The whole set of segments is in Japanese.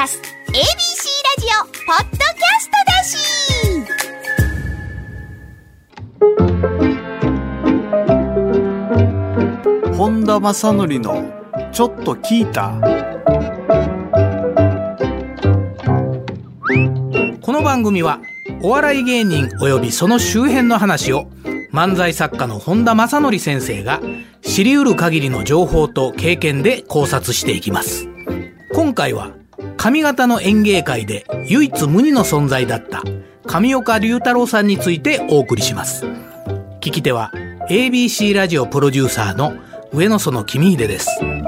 カス ABC ラジオポッドキャストだし。本田正則のちょっと聞いた。 この番組はお笑い芸人およびその周辺の話を漫才作家の本田正則先生が知り得る限りの情報と経験で考察していきます。今回は上方の演芸界で唯一無二の存在だった上岡龍太郎さんについてお送りします。聞き手は ABC ラジオプロデューサーの上野園公秀です。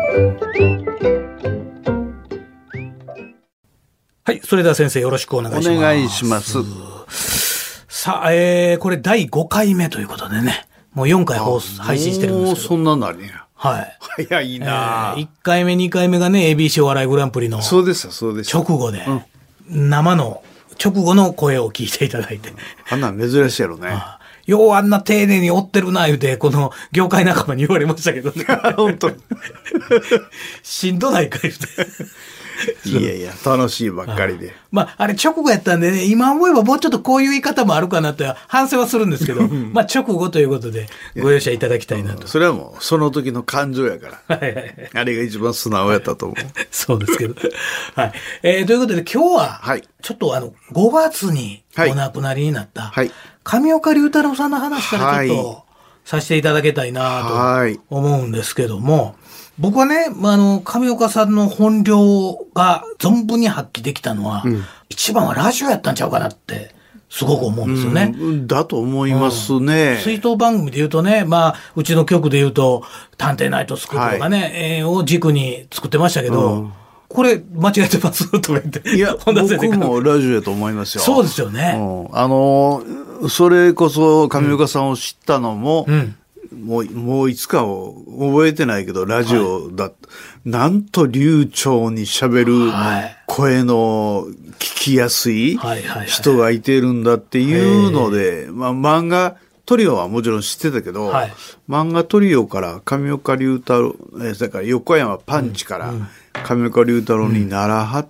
はい、それでは先生よろしくお願いします。 お願いします。 さあ、これ第5回目ということでね、もう4回配信してるんですけど。 そんななりや。 はい。 早いな、 1回目2回目がね ABC お笑いグランプリのそうですそうです。 直後で、生の直後の声を聞いていただいて、 あんなん珍しいやろね。 ようあんな丁寧に追ってるな言うてこの業界仲間に言われましたけどね。 本当しんどないか言うて。 いやいや楽しいばっかりで。 まああれ直後やったんでね、今思えばもうちょっとこういう言い方もあるかなと反省はするんですけど、まあ直後ということでご容赦いただきたいなと。 それはもうその時の感情やから。はいはいはい、あれが一番素直やったと思う。 そうですけど。はい。ということで今日は、はい、ちょっと5月にお亡くなりになった、はい、上岡龍太郎さんの話からちょっとさせていただきたいなと思うんですけども、僕はね、上岡さんの本領が存分に発揮できたのは、一番はラジオやったんちゃうかなってすごく思うんですよね。 だと思いますね。 追悼番組で言うとね、うちの局で言うと探偵ナイトスクープとかね、を軸に作ってましたけど、これ間違えてますとか言って。いや、 僕もラジオやと思いますよ。 そうですよね。 それこそ上岡さんを知ったのも、もういつかを覚えてないけど、ラジオだ、なんと流暢に喋る声の聞きやすい人がいてるんだっていうので、漫画トリオはもちろん知ってたけど、漫画トリオから上岡龍太郎、だから横山パンチから上岡龍太郎にならはって、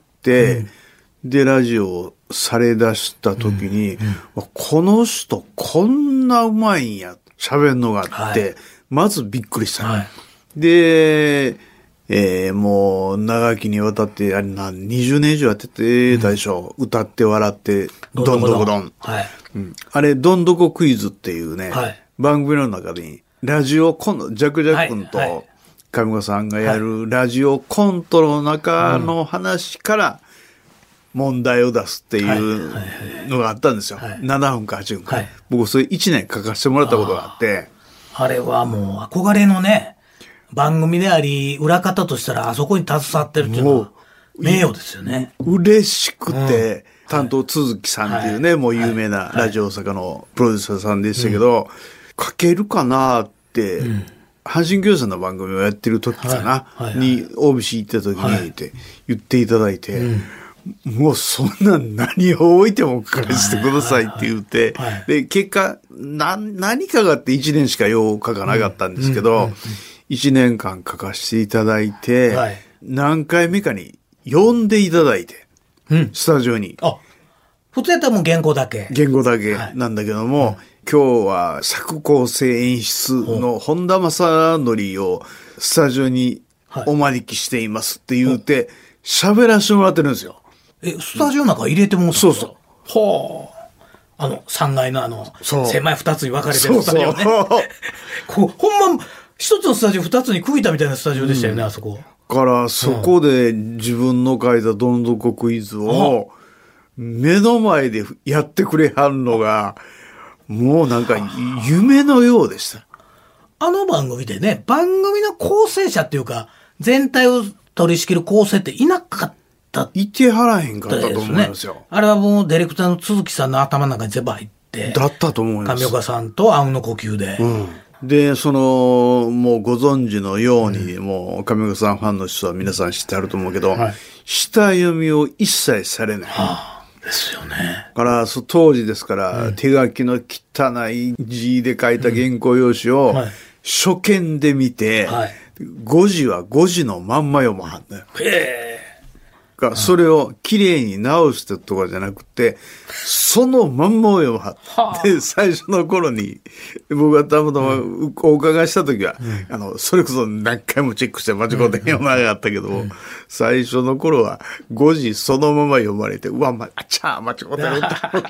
で、ラジオをされ出した時に、この人こんなうまいんや。喋るのがあって、まずびっくりした。で、もう長きにわたって、20年以上やっててたでしょ。歌って笑って、どんどこどん。あれ、どんどこクイズっていうね、番組の中に、ラジオコント、ジャクジャック君と上岡さんがやるラジオコントの中の話から、問題を出すっていうのがあったんですよ。7分か8分か。僕それ1年書かせてもらったことがあって。 あれはもう憧れのね、番組であり、裏方としたらあそこに携わってるっていうのは名誉ですよね。 嬉しくて、担当鈴木さんっていうね、もう有名なラジオ大阪のプロデューサーさんでしたけど、書けるかなって、阪神教さんの番組をやってる時かな、に OBC 行った時にって言っていただいて、もうそんな何を置いても書かせてくださいって言って、で、結果、何かがあって1年しかよう書かなかったんですけど、1年間書かせていただいて、何回目かに呼んでいただいて、スタジオに。 普通やったらもう原稿だけ。 原稿だけなんだけども、今日は作構成演出の本田正則をスタジオにお招きしていますって言って、喋らせてもらってるんですよ。 スタジオの中入れてもらった。 そうそう。 はあ。3階の狭い2つに分かれてるスタジオね。ほんま、一つのスタジオ2つに区切ったみたいなスタジオでしたよね、あそこ。 からそこで自分の書いたどんどこクイズを目の前でやってくれはるのが、もうなんか夢のようでした。 あの番組でね、番組の構成者っていうか、全体を取り仕切る構成っていなかった。 いてはらへんかったと思いますよ。 あれはもうディレクターの鈴木さんの頭の中に全部入って。 だったと思います。 上岡さんとあうんの呼吸で。 で、もうご存知のように、もう上岡さんファンの人は皆さん知ってあると思うけど、下読みを一切されない。 ですよね。 から、当時ですから、手書きの汚い字で書いた原稿用紙を初見で見て、5時は5時のまんま読まはんね。 がそれをきれいに直してとかじゃなくて、そのまんまを読むは。で、最初の頃に、僕がたまたまお伺いした時は、それこそ何回もチェックして間違って読まなかったけども、最初の頃は5時そのまま読まれて、うわ、間違ってると思って。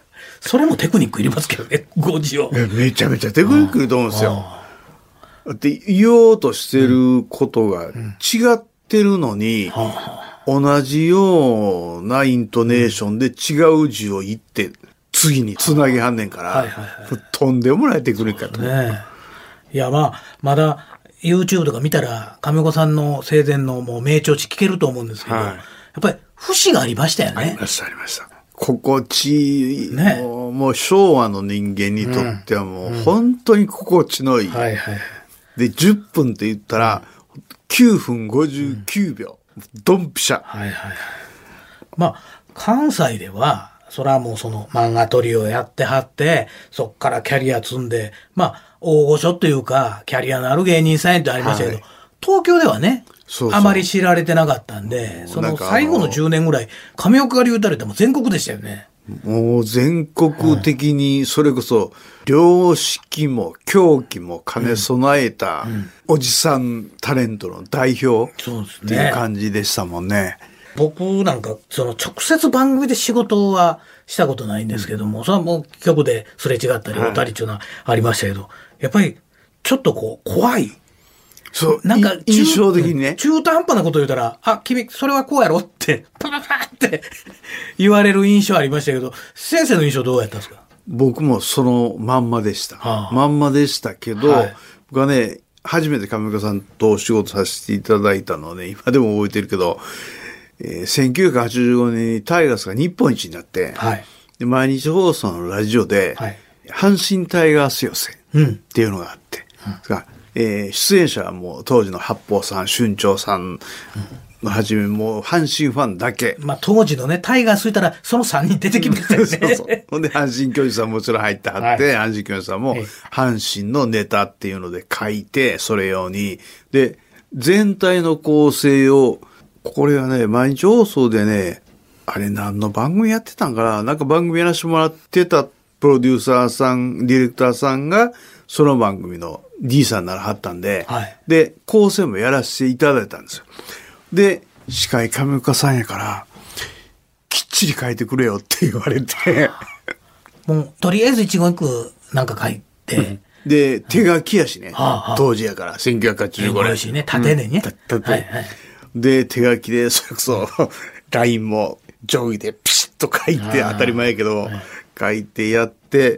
それもテクニックいりますけどね、5時を。 めちゃめちゃテクニックいると思うんですよ。で、言おうとしてることが違ってるのに、同じようなイントネーションで違う字を言って、次につなぎはんねんから、とんでもないテクニックやと思う。 ねえ。いや、まだ YouTube とか見たら、上岡さんの生前のもう名調子聞けると思うんですけど、やっぱり節がありましたよね。 ありました。心地いい、ね、もう昭和の人間にとってはもう本当に心地のいい。で、10分って言ったら、9分59秒。ドンピシャ。 まあ、関西では、それはもうその漫画トリをやってはって、そっからキャリア積んで、まあ、大御所というか、キャリアのある芸人さんってありましたけど、東京ではね、あまり知られてなかったんで、その最後の10年ぐらい、上岡流たれても全国でしたよね。 もう全国的にそれこそ良識も狂気も兼ね備えたおじさんタレントの代表っていう感じでしたもんね。 僕なんかその直接番組で仕事はしたことないんですけども、それはもう局ですれ違ったりおたりっていうのはありましたけど、やっぱりちょっとこう怖い。 そう。なんか印象的にね。 中途半端なこと言うたら、君、それはこうやろって、パパパって言われる印象ありましたけど、先生の印象どうやったんですか？ 僕もそのまんまでした。まんまでしたけど、僕はね、初めて上岡さんとお仕事させていただいたのはね、今でも覚えてるけど、1985年にタイガースが日本一になって、で毎日放送のラジオで、阪神タイガース予選っていうのがあって、出演者はもう当時の八方さん、春長さんのはじめもう阪神ファンだけ。 まあ当時のね、タイガースいたらその3人出てきましたよね。 ほんで阪神教授さんもちろん入ってはって、阪神教授さんも阪神のネタっていうので書いて、それ用に。で、全体の構成を、これはね、毎日放送でね、あれ何の番組やってたんかな？なんか番組やらせてもらってたプロデューサーさん、ディレクターさんが、その番組の D さんならはったんで、で、構成もやらせていただいたんですよ。で、司会上岡さんやから、きっちり書いてくれよって言われて。 もう、とりあえず一言一句なんか書いて。 で、手書きやしね。当時やから、1985年。 しね、縦ねね。 で、手書きで、それこそ、LINE も定規でピシッと書いて、当たり前やけど、書いてやって、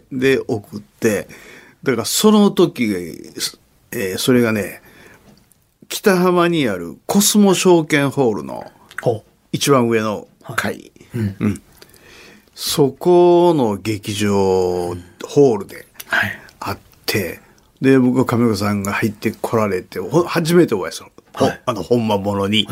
で、送って、だからその時、それがね、北浜にあるコスモ証券ホールの一番上の階、そこの劇場ホールであって、で、僕は上岡さんが入ってこられて、初めてお会いする。本間ものに。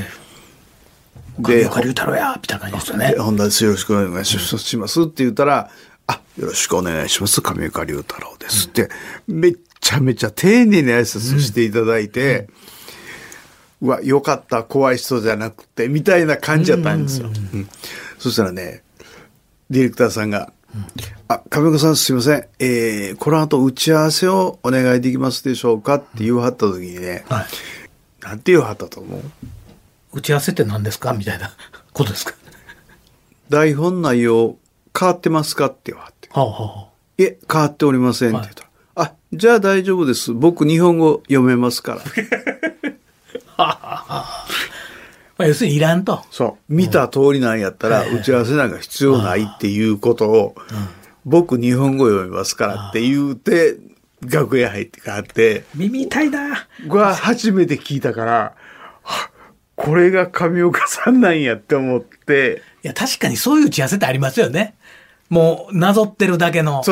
上岡龍太郎や、みたいな感じですよね。 本田です。よろしくお願いしますって言ったら、よろしくお願いします。上岡龍太郎ですって、めちゃめちゃ丁寧に挨拶していただいて、うわ、よかった、怖い人じゃなくて、みたいな感じだったんですよ。そしたらね、ディレクターさんが、上岡さんすいません、この後打ち合わせをお願いできますでしょうかって言わはった時にね、なんて言わはったと思う？ 打ち合わせって何ですかみたいなことですか？ 台本内容変わってますかって言わはって。いえ、変わっておりませんって言ったら、じゃあ大丈夫です。僕日本語読めますから。 要するにいらんと。 そう。見た通りなんやったら、打ち合わせなんか必要ないっていうことを、僕日本語読めますからって言うて、楽屋入ってかって。 耳痛いな。 が初めて聞いたから、これが上岡さんなんやって思って。 いや、確かにそういう打ち合わせってありますよね。もう、なぞってるだけの。 そう。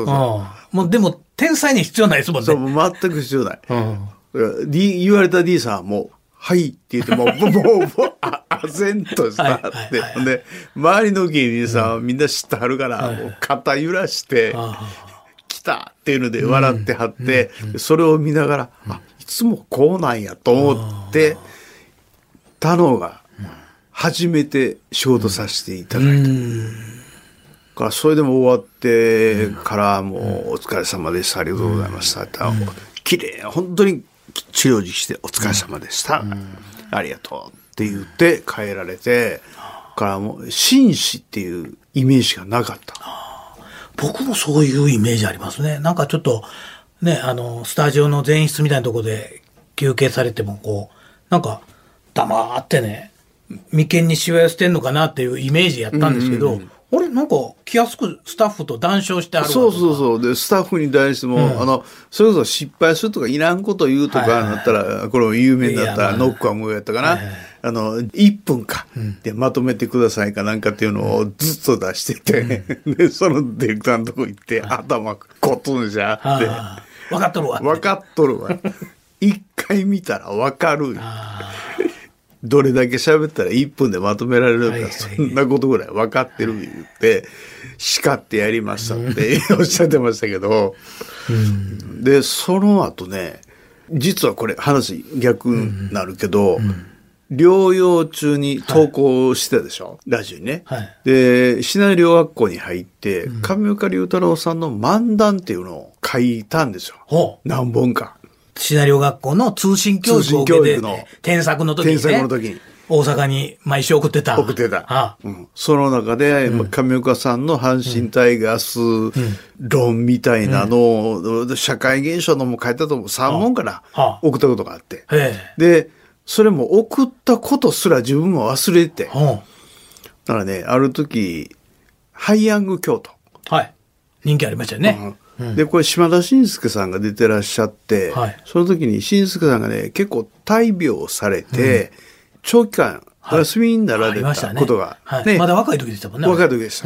もう、でも、天才に必要ないですもんね。 そう、全く必要ない。言われた D さんはもう、はいって言っても、唖然としたって。で、周りの芸人さんはみんな知ってはるから、もう肩揺らして、来たっていうので笑ってはって、それを見ながら、いつもこうなんやと思ってたのが、 初めて仕事させていただいた。からそれでも終わってからもうお疲れ様でした。ありがとうございました。綺麗、本当に治療時してお疲れ様でした。ありがとうって言って帰られて、からもう紳士っていうイメージがなかった。 僕もそういうイメージありますね。なんかちょっとね、スタジオの前室みたいなところで休憩されてもこう、なんか黙ってね、眉間にしわ寄せてんのかなっていうイメージやったんですけど、あれなんか気安くスタッフと談笑してあるわとか。 そうでスタッフに対しても、それこそ失敗するとかいらんこと言うとかなったら、これ有名だったらノックはもうやったかな、1分かでまとめてくださいかなんかっていうのをずっと出してて、でそのディレクターのとこ行って、頭こっとんじゃって分かっとるわ分かっとるわ一回見たら分かる。どれだけ喋ったら1分でまとめられるか、そんなことぐらい分かってる言って、叱ってやりましたっておっしゃってましたけど、で、その後ね、実はこれ話逆になるけど、療養中に投稿してたでしょ、ラジオにね。で、シナリオ学校に入って、上岡龍太郎さんの漫談っていうのを書いたんですよ。何本か。 シナリオ学校の通信教育を受けて、添削の時にね、大阪に毎週送ってた。 その中で、上岡さんの阪神タイガース論みたいなのを、社会現象のも書いたと思う。3本から送ったことがあって。で、それも送ったことすら自分も忘れて。だからね、ある時、ハイヤング京都。 人気ありましたよね。 で、これ島田紳介さんが出てらっしゃって、その時に紳介さんがね、結構大病されて、長期間お休みになられたことが、 まだ若い時でしたもんね。 若い時でした。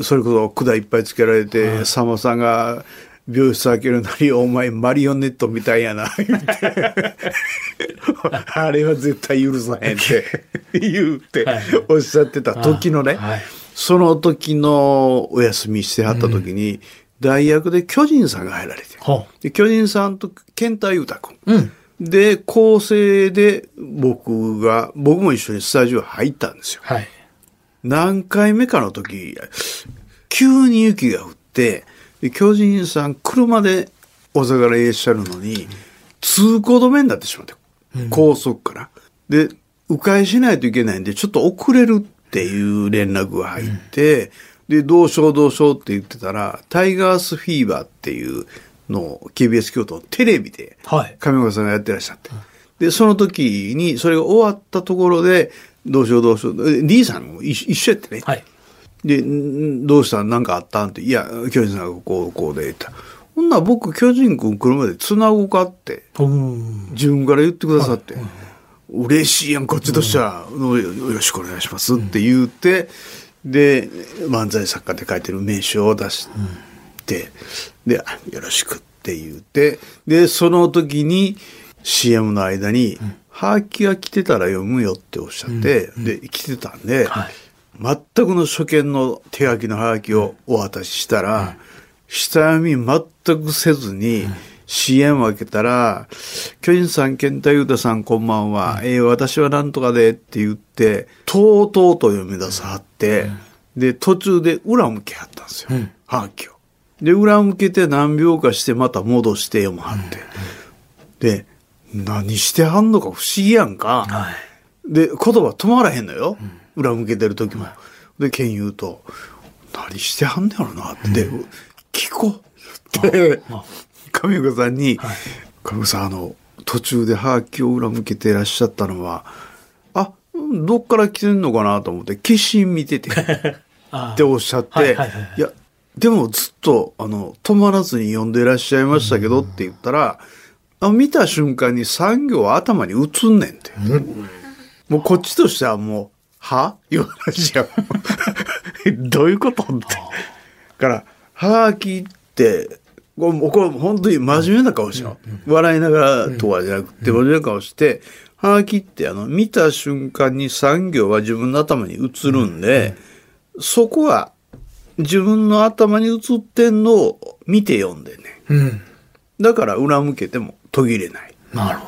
それこそ管いっぱいつけられて、さんまさんが病室開けるなり、お前マリオネットみたいやな、言って。あれは絶対許さへんって言っておっしゃってた時のね、その時のお休みしてはった時に、代役で巨人さんが入られて、で巨人さんと健太裕太君、で構成で僕も一緒にスタジオ入ったんですよ。何回目かの時、急に雪が降って、で巨人さん車で大阪からいらっしゃるのに、通行止めになってしまって、高速から。で、迂回しないといけないんで、ちょっと遅れるっていう連絡が入って、で、どうしようって言ってたら、タイガースフィーバーっていうのを KBS 京都のテレビで、上岡さんがやってらっしゃって。で、その時に、それが終わったところで、どうしよう。D さんも一緒やってね。で、どうしたんなんかあったんって、いや、巨人さんがこうで言った。ほんなら僕、巨人君車で繋ごうかって、自分から言ってくださって、嬉しいやん、こっちとしては、よろしくお願いしますって言って、で、漫才作家って書いてる名刺を出して、で、よろしくって言って、で、その時に CM の間に、はがきが来てたら読むよっておっしゃって、で、来てたんで、全くの初見の手書きのはがきをお渡ししたら、下読み全くせずに、CM を開けたら、巨人さん、健太裕太さん、こんばんは。私はなんとかでって言って、とうとうと読み出さはって、で、途中で裏向けはったんですよ。はがきを。で、裏向けて何秒かしてまた戻して読まはって。で、何してはんのか不思議やんか。で、言葉止まらへんのよ。裏向けてる時も。で、健言うと、何してはんねやろなって。で、聞こうって。上岡さんに、上岡さん、途中でハガキを裏向けていらっしゃったのは、どっから来てんのかなと思って、消印見てて、っておっしゃって、いや、でもずっと、止まらずに読んでいらっしゃいましたけどって言ったら、見た瞬間に産業は頭に映んねんって。もうこっちとしてはもう、いう話や。どういうことって。から、ハガキって、これ本当に真面目な顔しよう。笑いながらとかじゃなくて、真面目な顔して、はがきって見た瞬間に産業は自分の頭に映るんで、そこは自分の頭に映ってんのを見て読んでね。だから裏向けても途切れない。 なるほど。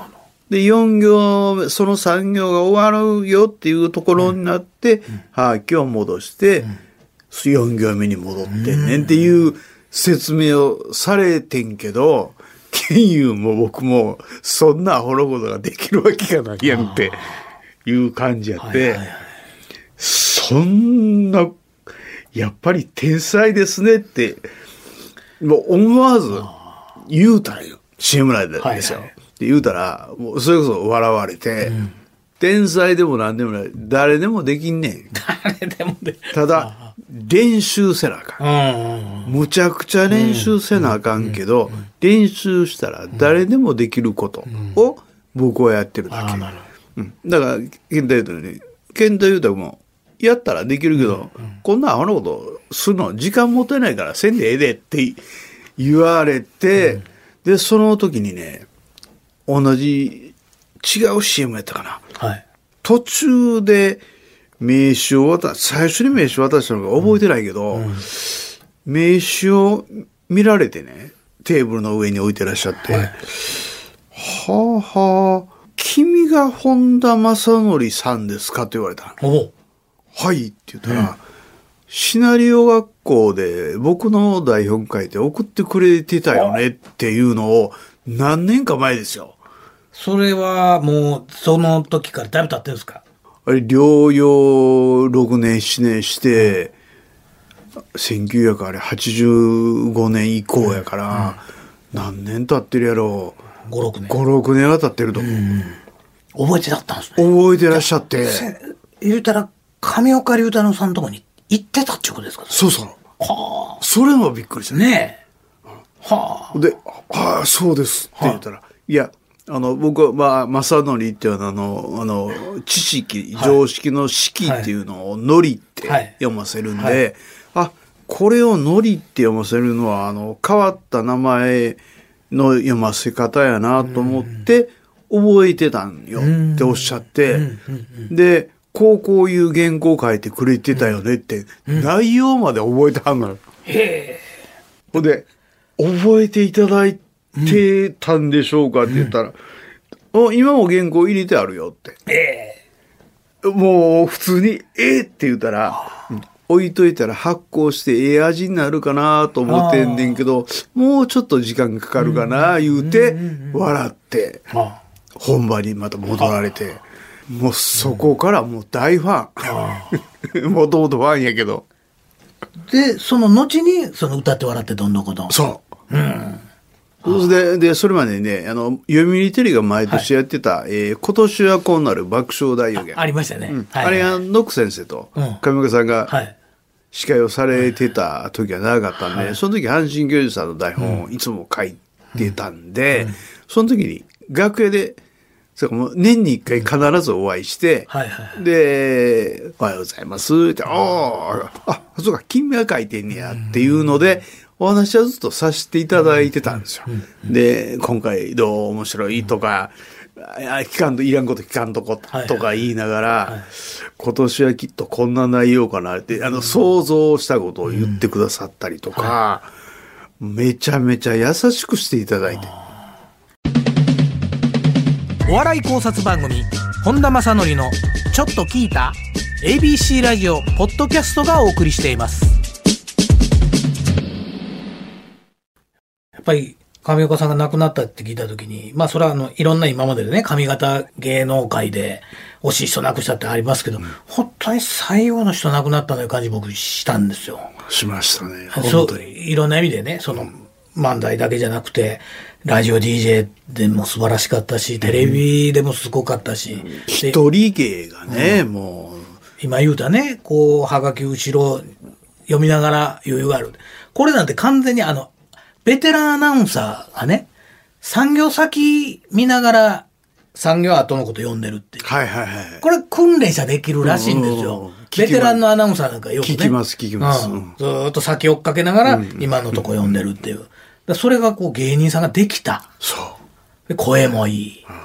で、4行目、その3行が終わるよっていうところになって、はーきを戻して、4行目に戻ってねんっていう説明をされてんけど、ケンユーも僕もそんなアホなことができるわけがないやんっていう感じやって、そんな、やっぱり天才ですねって、もう思わず言うたんよ。CM 内でですよ。で言うたら、もうそれこそ笑われて、天才でも何でもない、誰でもできんねん。 誰でもできただ、練習せなあかん。むちゃくちゃ練習せなあかんけど、練習したら誰でもできることを僕はやってるだけ。だから、健太裕太も、やったらできるけど、こんなアホなことするの時間持てないからせんでええでって言われて、で、その時にね、同じ違う CM やったかな。途中で名刺を最初に名刺渡したのか覚えてないけど、名刺を見られてね、テーブルの上に置いてらっしゃって、はあはあ、君が本田正則さんですかって言われた。はいって言ったら、シナリオ学校で僕の台本書いて送ってくれてたよねっていうのを何年か前ですよ。 それはもうその時からだいぶ経ってるんですか？ あれ療養6年7年して、1985年以降やから、何年経ってるやろう。 5、6年。 5、6年は経ってると思う。 覚えてだったんですね。 覚えてらっしゃって。 言うたら、上岡龍太郎さんのとこに行ってたってことですか？ そうそう。はあ。それもびっくりしたね。はあ。 で、ああ、そうですって言ったら、いや、僕は、正則っていう知識、常識の式っていうのをのりって読ませるんで、これをのりって読ませるのは、変わった名前の読ませ方やなと思って、覚えてたんよっておっしゃって、で、こういう原稿書いてくれてたよねって、内容まで覚えてはんのよ。ほんで、覚えていただいてたんでしょうかって言ったら、今も原稿入れてあるよって。もう普通に、って言ったら、置いといたら発酵して味になるかなと思ってんねんけど、もうちょっと時間かかるかな言うて、笑って、本場にまた戻られて、もうそこからもう大ファン。もともとファンやけど。 で、その後に、その歌って笑ってどんどこどん。 そう。で、それまでにね、読売テレビが毎年やってた、今年はこうなる爆笑大予言。 ありましたね。 あれがノック先生と上岡さんが司会をされてた時は長かったんで、その時阪神教授さんの台本をいつも書いてたんで、その時に楽屋で、もう年に一回必ずお会いして、で、おはようございますって、そうか、君が書いてんねやっていうので、お話はずっとさせていただいてたんですよ。で、今回どう面白いとか、いらんこと聞かんとことか言いながら、今年はきっとこんな内容かなって、想像したことを言ってくださったりとか、めちゃめちゃ優しくしていただいて。 お笑い考察番組本田正則のちょっと聞いた ABC ラジオポッドキャストがお送りしています。やっぱり上岡さんが亡くなったって聞いたときに、それはいろんな今まででね、上方芸能界で惜しい人亡くしたってありますけど、本当に最後の人亡くなったという感じ僕したんですよ。 しましたね。 本当にいろんな意味でね、漫才だけじゃなくて、ラジオ DJ でも素晴らしかったし、テレビでもすごかったし。 一人芸がね、もう。 今言うたね、はがき後ろ読みながら余裕がある。これなんて完全にベテランアナウンサーがね、産業先見ながら産業後のこと読んでるっていう。これ訓練者できるらしいんですよ。ベテランのアナウンサーなんかよくね。 聞きます。ずっと先追っかけながら今のとこ読んでるっていう。それが芸人さんができた。 そう。 で声もいい。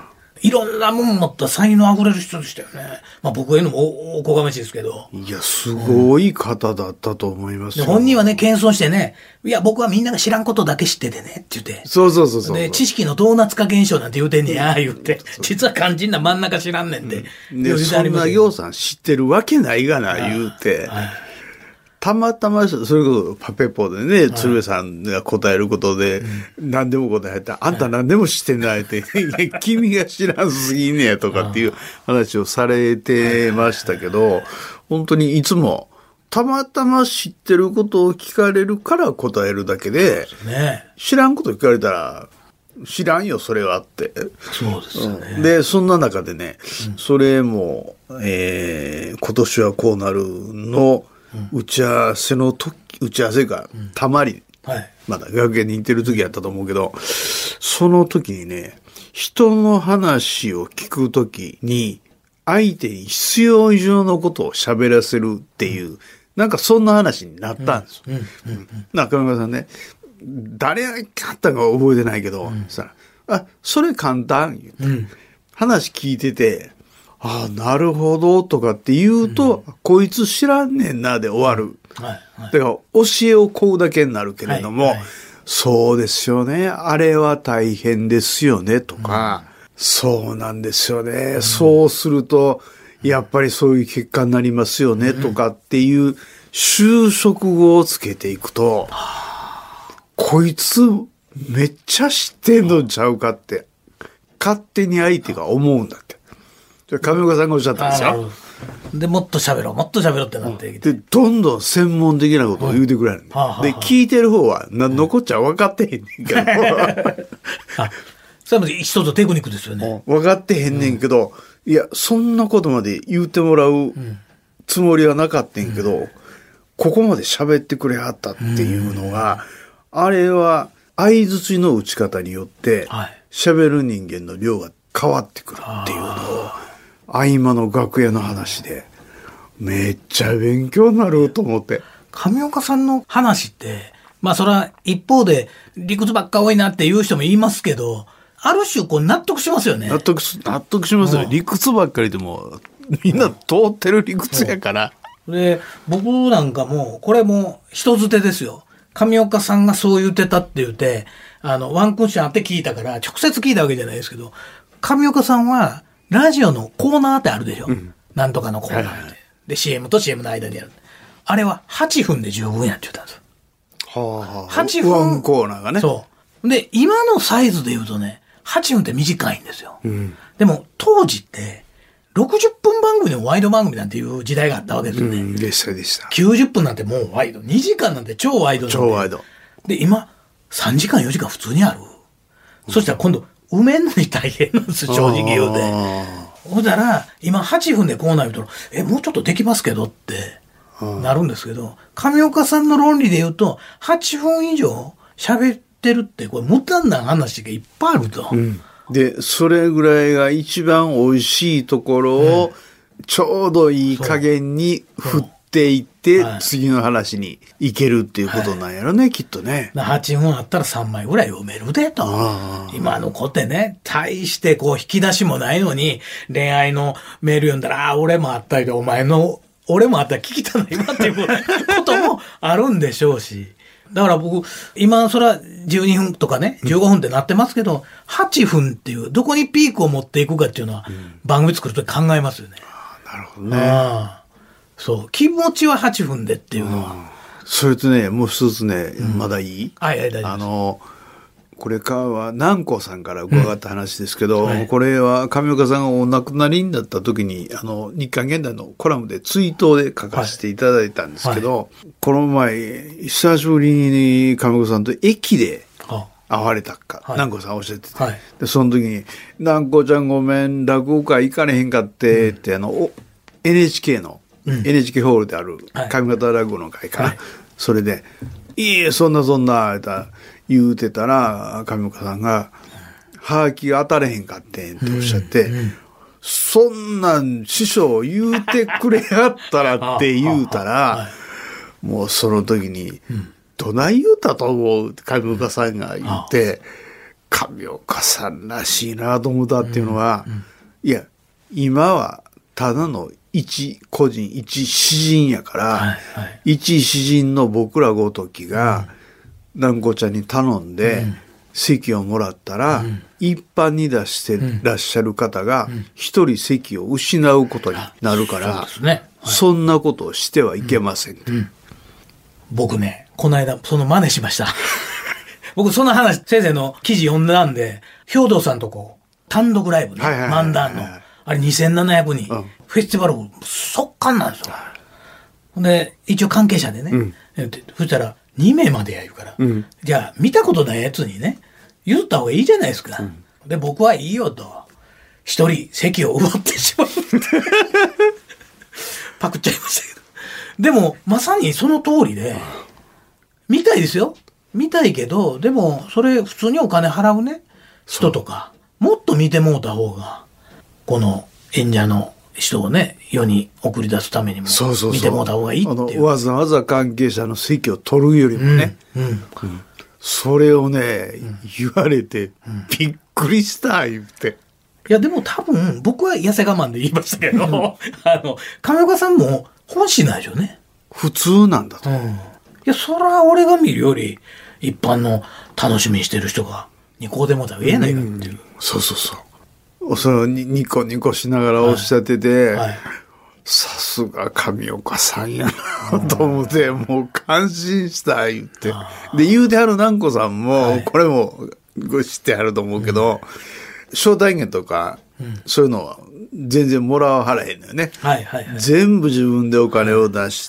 いろんなもん持った才能あふれる人でしたよね。まあ僕が言うのもおこがましいですけど。 いや、すごい方だったと思いますよ。 で本人はね、謙遜してね、いや、僕はみんなが知らんことだけ知っててね、って言って。 そう。 で、知識のドーナツ化現象なんて言うてんねや、言って。実は肝心な真ん中知らんねんで。 で、そんな行さん知ってるわけないがな、言うて。たまたま、それこそパペポでね、鶴瓶さんが答えることで、何でも答えたら、あんた何でも知ってんないって、君が知らんすぎんねやとかっていう話をされてましたけど、本当にいつも、たまたま知ってることを聞かれるから答えるだけで、知らんこと聞かれたら、知らんよ、それはって。 そうですよね。 で、そんな中でね、それも、今年はこうなるの、打ち合わせがたまり、まだ学園に行ってる時やったと思うけど、その時にね、人の話を聞く時に、相手に必要以上のことを喋らせるっていう、なんかそんな話になったんですよ。中村さんね、誰が言ったか覚えてないけど、それ簡単言って、話聞いてて、ああ、なるほど、とかって言うと、こいつ知らんねんな、で終わる。だから、教えを請うだけになるけれども、そうですよね、あれは大変ですよね、とか、そうなんですよね、そうすると、やっぱりそういう結果になりますよね、とかっていう、修飾語をつけていくと、こいつ、めっちゃ知ってんのちゃうかって、勝手に相手が思うんだって。上岡さんがおっしゃったんですよ。 で、もっと喋ろうってなってきて。 で、どんどん専門的なことを言うてくれるんで。聞いてる方は、残っちゃ分かってへんねんけど。 それも一つテクニックですよね。 分かってへんねんけど、いや、そんなことまで言うてもらうつもりはなかったんけど、ここまで喋ってくれはったっていうのが、あれは相槌の打ち方によって、喋る人間の量が変わってくるっていうのを、合間の楽屋の話で、めっちゃ勉強になると思って。 上岡さんの話って、まあそれは一方で理屈ばっか多いなっていう人も言いますけど、ある種こう納得しますよね。 納得しますよ。理屈ばっかりでも、みんな通ってる理屈やから。 で、僕なんかも、これも人づてですよ。上岡さんがそう言ってたって言って、ワンクッションあって聞いたから、直接聞いたわけじゃないですけど、上岡さんは、ラジオのコーナーってあるでしょ。なんとかのコーナーって。で、CM と CM の間にある。あれは8分で十分やって言ったんですよ。8分。 ワンコーナーがね。 そう。で、今のサイズで言うとね、8分って短いんですよ。でも、当時って、60分番組でもワイド番組なんていう時代があったわけですよね。 でした。 90分なんてもうワイド。2時間なんて超ワイドなんで。 超ワイド。 で、今、3時間4時間普通にある。そしたら今度、埋めんのに大変なんですよ、正直言うて。ほんだら、今8分でこうなると、もうちょっとできますけどってなるんですけど、上岡さんの論理で言うと、8分以上喋ってるって、これ無駄な話がいっぱいあると。 で、それぐらいが一番美味しいところを、ちょうどいい加減に振っていって、次の話に行けるっていうことなんやろね、きっとね。 8分あったら3枚ぐらい読めるでと。今の子ってね、大してこう引き出しもないのに、恋愛のメール読んだら、俺もあったりで、俺もあったら聞きたないわっていうこともあるんでしょうし。だから僕、今それは12分とかね、15分ってなってますけど、8分っていう、どこにピークを持っていくかっていうのは、番組作るとき考えますよね。 なるほどね。 そう。気持ちは8分でっていうのは。 それとね、もう一つね、まだいい？ はい、大丈夫です。 これからは南光さんから伺った話ですけど、これは上岡さんがお亡くなりになった時に、日刊現代のコラムで追悼で書かせていただいたんですけど、この前、久しぶりに上岡さんと駅で会われたか、南光さんおっしゃってて、で、その時に、南光ちゃんごめん、落語会行かれへんかって、って、NHK の、NHK ホールである上方落語の会かな。それで、いいえ、そんな、言うてたら、上岡さんが、はがきが当たれへんかってんっておっしゃって、そんなん師匠言うてくれやったらって言うたら、もうその時に、どない言うたと思うって上岡さんが言って、 上岡さんらしいなと思ったっていうのは、いや、今はただの一個人、一詩人やから、一詩人の僕らごときが、蘭子ちゃんに頼んで、席をもらったら、一般に出してらっしゃる方が、一人席を失うことになるから、そんなことをしてはいけませんって。 僕ね、この間、その真似しました。僕、その話、先生の記事読んだんで、兵藤さんとこう、単独ライブね、漫談の、あれ2700人、フェスティバル速乾なんですよ。で、一応関係者でね、そしたら、2名までやるから、じゃあ、見たことないやつにね、譲った方がいいじゃないですか。で、僕はいいよと、一人席を奪ってしまう。パクっちゃいましたけど。でも、まさにその通りで、見たいですよ。見たいけど、でも、それ普通にお金払うね、人とか、もっと見てもうた方が、この演者の人をね、世に送り出すためにも、見てもうた方がいいっていう。 わざわざ関係者の席を取るよりもね、それをね、言われて、びっくりした、言って。 いや、でも多分、僕は痩せ我慢で言いましたけど、亀岡さんも本心ないでしょうね。 普通なんだと。 いや、そら俺が見るより、一般の楽しみにしてる人が、にこうでもだ言えないかっていう。 そうそうそう。それをニコニコしながらおっしゃってて、さすが上岡さんやなと思って、もう感心した言って。で、言うてはる南子さんも、これもご知ってはると思うけど、招待券とか、そういうのは全然もらわはらへんのよね。全部自分でお金を出して、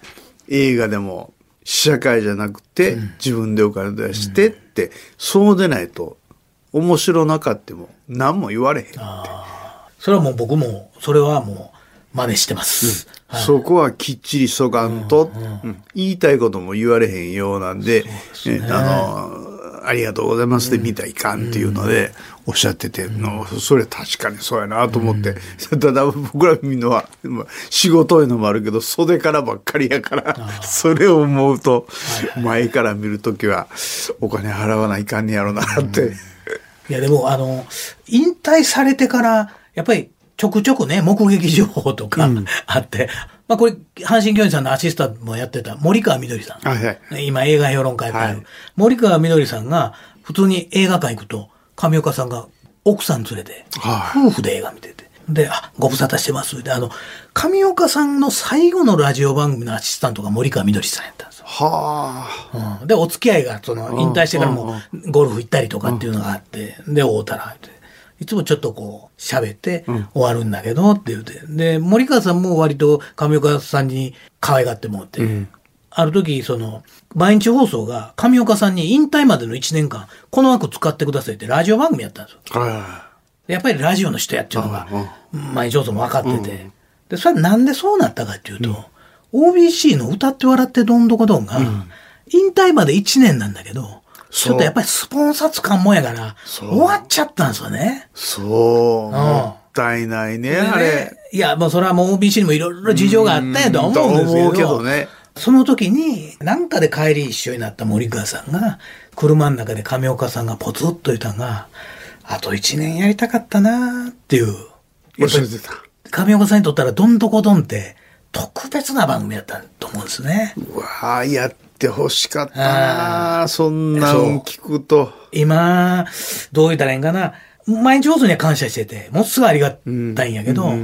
映画でも試写会じゃなくて、自分でお金出してって、そうでないと面白なかっても何も言われへんって。 それはもう僕も、それはもう真似してます。 そこはきっちりそがんと、言いたいことも言われへんようなんで、ありがとうございますで見たらいかんっていうのでおっしゃってて、それ確かにそうやなと思って、ただ僕ら見るのは仕事へのもあるけど袖からばっかりやから、それを思うと前から見るときはお金払わないかんねやろなって。 いやでも引退されてからやっぱりちょくちょくね目撃情報とかあって、まあこれ、阪神・巨人さんのアシスタントもやってた森川みどりさん。今映画評論家やってる。森川みどりさんが普通に映画館行くと、上岡さんが奥さん連れて、夫婦で映画見てて。で、ご無沙汰してます。で、上岡さんの最後のラジオ番組のアシスタントが森川みどりさんやったんですよ。で、お付き合いが、引退してからもゴルフ行ったりとかっていうのがあって、で、会うたら、いつもちょっとこう喋って終わるんだけどって言うて。で、森川さんも割と上岡さんに可愛がってもらって、ある時、毎日放送が上岡さんに引退までの1年間、この枠使ってくださいってラジオ番組やったんですよ。やっぱりラジオの人やっていうのが、毎日放送も分かってて。で、それはなんでそうなったかっていうと、OBC の歌って笑ってどんどこどんが、引退まで1年なんだけど、ちょっとやっぱりスポンサーつかんもんやから、終わっちゃったんですよね。 もったいないね、あれ。 いや、もうそれはもう OBC にもいろいろ事情があったんやとは思うんですけど、その時に、なんかで帰り一緒になった森川さんが、車の中で上岡さんがポツッと言ったのが、あと1年やりたかったなーっていう。 おっしゃってた。 上岡さんにとったらどんどこどんって特別な番組やったと思うんですね。 うわー、やってほしかったな、そんなん聞くと。 今、どう言ったらいいんかな。毎日放送には感謝してて、もうすぐありがたいんやけど、あれ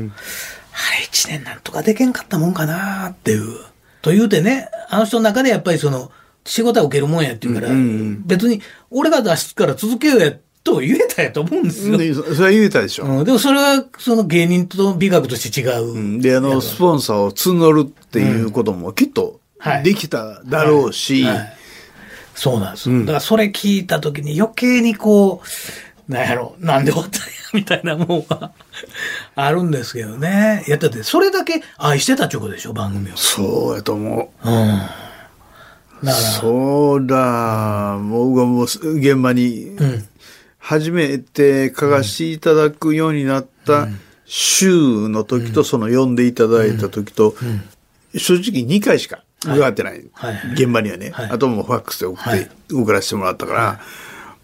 1年なんとかでけんかったもんかなっていう。と言うてね、あの人の中でやっぱり仕事は受けるもんやって言うから、別に俺が出すから続けようやと言えたやと思うんですよ。 それは言えたでしょ。 でもそれは芸人と美学として違う。 で、スポンサーを募るっていうこともきっと、できただろうし、 そうなんです、だからそれ聞いたときに余計になんで終わったんやみたいなもんはあるんですけどね。だってそれだけ愛してたってことでしょ、番組を。 そうやと思う。だからそうだ、僕はもう現場に初めて書かせていただくようになった週の時と呼んでいただいた時と、正直2回しか伺ってない。現場にはね。あともファックスで送らせてもらったから、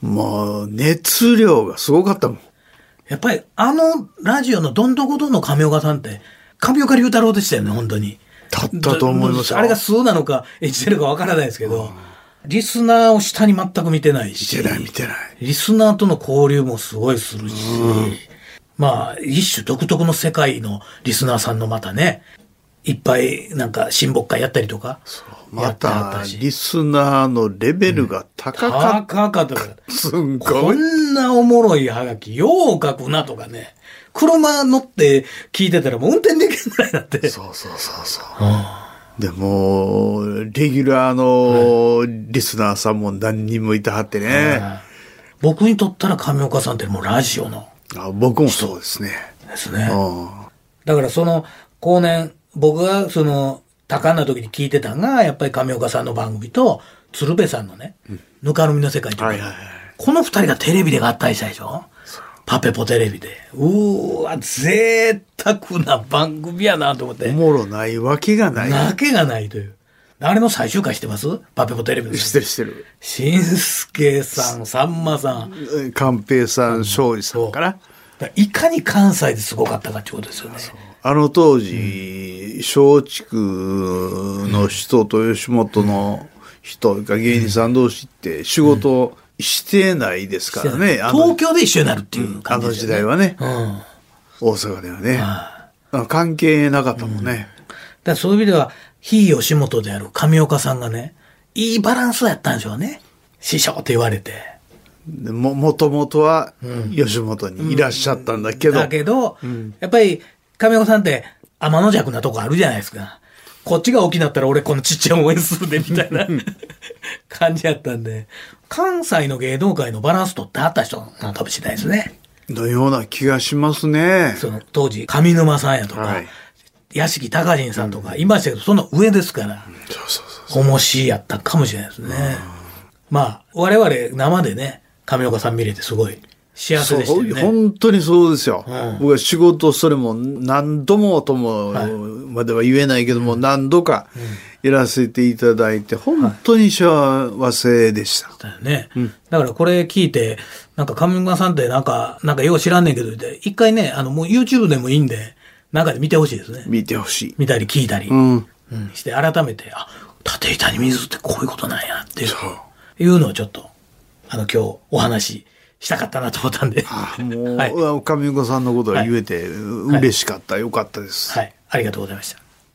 もう熱量がすごかったもん。 やっぱりラジオのどんどこどんの上岡さんって上岡龍太郎でしたよね、本当に。 だったと思いますよ。 あれが素なのか演じてるかわからないですけど、リスナーを下に全く見てないし。 見てない。 リスナーとの交流もすごいするし、まあ、一種独特の世界のリスナーさんのまたね、いっぱいなんか親睦会やったりとか。 また、リスナーのレベルが高かった。すごい。 こんなおもろいハガキ、よう書くなとかね。車乗って聞いてたらもう運転できるぐらいになって。 そう。でも、レギュラーのリスナーさんも何人もいたはってね。 僕にとったら上岡さんってもうラジオの。 僕もそうですね。 ですね。だから後年、僕が多感な時に聞いてたのが、やっぱり上岡さんの番組と、鶴瓶さんのね、ぬかるみの世界とか、この二人がテレビで合体したでしょ。パペポテレビで。贅沢な番組やなと思って。 おもろないわけがない。 わけがないという。あれの最終回してます？パペポテレビで。 してる。 新助さん、さんまさん。 寛平さん、勝利さんから。 いかに関西ですごかったかってことですよね。 当時、松竹の人と吉本の人が芸人さん同士って仕事してないですからね。 東京で一緒になるっていう感じですよね。 時代はね。大阪ではね。関係なかったもんね。 だからそういう意味では、非吉本である上岡さんがね、いいバランスやったんでしょうね。師匠って言われて。 もともとは吉本にいらっしゃったんだけど。 やっぱり上岡さんって天の弱なとこあるじゃないですか。こっちが大きなったら俺このちっちゃい応援するでみたいな感じやったんで、関西の芸能界のバランス取ってあった人なのかもしれないですね。 のような気がしますね。 当時上沼さんやとか、屋敷隆人さんとかいましたけど、その上ですから、面白いやったかもしれないですね。まあ、我々生でね、上岡さん見れてすごい幸せでしたよね。 本当にそうですよ。僕は仕事、それも何度もともまでは言えないけども、何度かやらせていただいて、本当に幸せでした。 だよね。だからこれ聞いて、なんか上岡さんってなんかよう知らんねんけど、一回ね、もう YouTube でもいいんで、なんかで見てほしいですね。 見てほしい。 見たり聞いたり、して改めて、立板に水ってこういうことなんやっていうのをちょっと、今日お話したかったなと思ったんで。 もう、上岡さんのことが言えて嬉しかった、よかったです。 はい。ありがとうございました。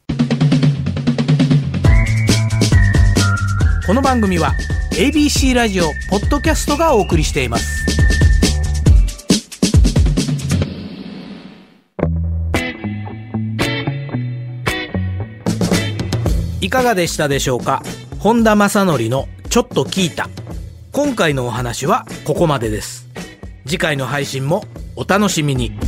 この番組は ABC ラジオポッドキャストがお送りしています。いかがでしたでしょうか。本田正則のちょっと聞いた。今回のお話はここまでです。次回の配信もお楽しみに。